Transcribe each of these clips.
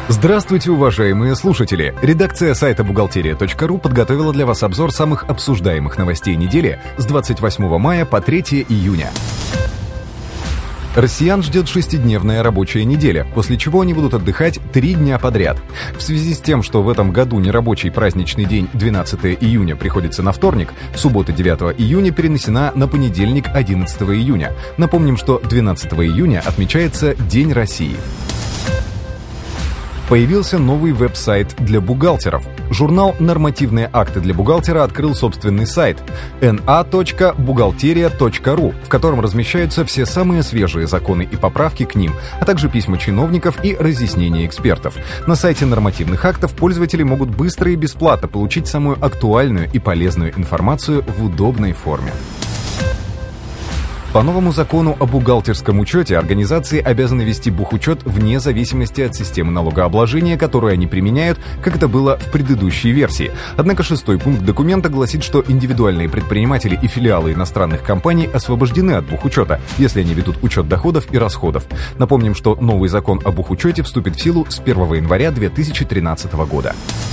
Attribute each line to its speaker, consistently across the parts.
Speaker 1: Здравствуйте, уважаемые слушатели! Редакция сайта бухгалтерия.ру подготовила для вас обзор самых обсуждаемых новостей недели с 28 мая по 3 июня. Россиян ждет 6-дневная рабочая неделя, после чего они будут отдыхать 3 дня подряд. В связи с тем, что в этом году нерабочий праздничный день 12 июня приходится на вторник, суббота 9 июня перенесена на понедельник 11 июня. Напомним, что 12 июня отмечается День России. Появился новый веб-сайт для бухгалтеров. Журнал «Нормативные акты для бухгалтера» открыл собственный сайт na.bugalteria.ru, в котором размещаются все самые свежие законы и поправки к ним, а также письма чиновников и разъяснения экспертов. На сайте нормативных актов пользователи могут быстро и бесплатно получить самую актуальную и полезную информацию в удобной форме. По новому закону о бухгалтерском учете организации обязаны вести бухучет вне зависимости от системы налогообложения, которую они применяют, как это было в предыдущей версии. Однако 6-й пункт документа гласит, что индивидуальные предприниматели и филиалы иностранных компаний освобождены от бухучета, если они ведут учет доходов и расходов. Напомним, что новый закон о бухучете вступит в силу с 1 января 2013 года.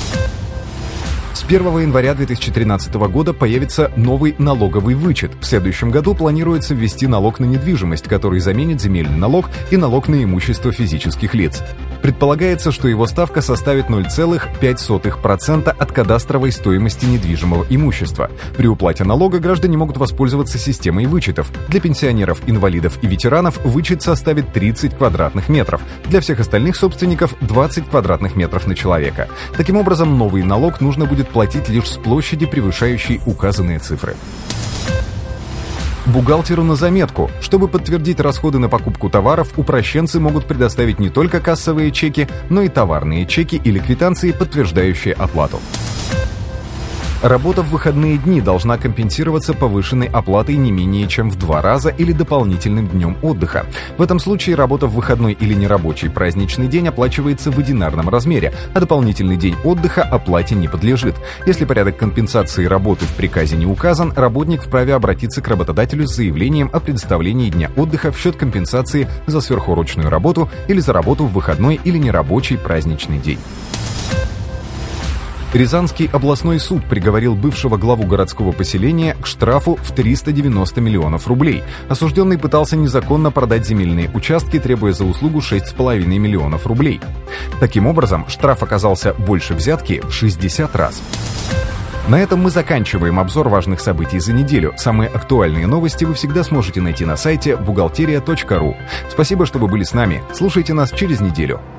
Speaker 1: С 1 января 2013 года появится новый налоговый вычет. В следующем году планируется ввести налог на недвижимость, который заменит земельный налог и налог на имущество физических лиц. Предполагается, что его ставка составит 0,05% от кадастровой стоимости недвижимого имущества. При уплате налога граждане могут воспользоваться системой вычетов. Для пенсионеров, инвалидов и ветеранов вычет составит 30 квадратных метров. Для всех остальных собственников 20 квадратных метров на человека. Таким образом, новый налог нужно будет платить лишь с площади, превышающей указанные цифры. Бухгалтеру на заметку. Чтобы подтвердить расходы на покупку товаров, упрощенцы могут предоставить не только кассовые чеки, но и товарные чеки или квитанции, подтверждающие оплату. Работа в выходные дни должна компенсироваться повышенной оплатой не менее чем в 2 раза или дополнительным днем отдыха. В этом случае работа в выходной или нерабочий праздничный день оплачивается в одинарном размере, а дополнительный день отдыха оплате не подлежит. Если порядок компенсации работы в приказе не указан, работник вправе обратиться к работодателю с заявлением о предоставлении дня отдыха в счет компенсации за сверхурочную работу или за работу в выходной или нерабочий праздничный день. Рязанский областной суд приговорил бывшего главу городского поселения к штрафу в 390 миллионов рублей. Осужденный пытался незаконно продать земельные участки, требуя за услугу 6,5 миллионов рублей. Таким образом, штраф оказался больше взятки в 60 раз. На этом мы заканчиваем обзор важных событий за неделю. Самые актуальные новости вы всегда сможете найти на сайте бухгалтерия.ру. Спасибо, что вы были с нами. Слушайте нас через неделю.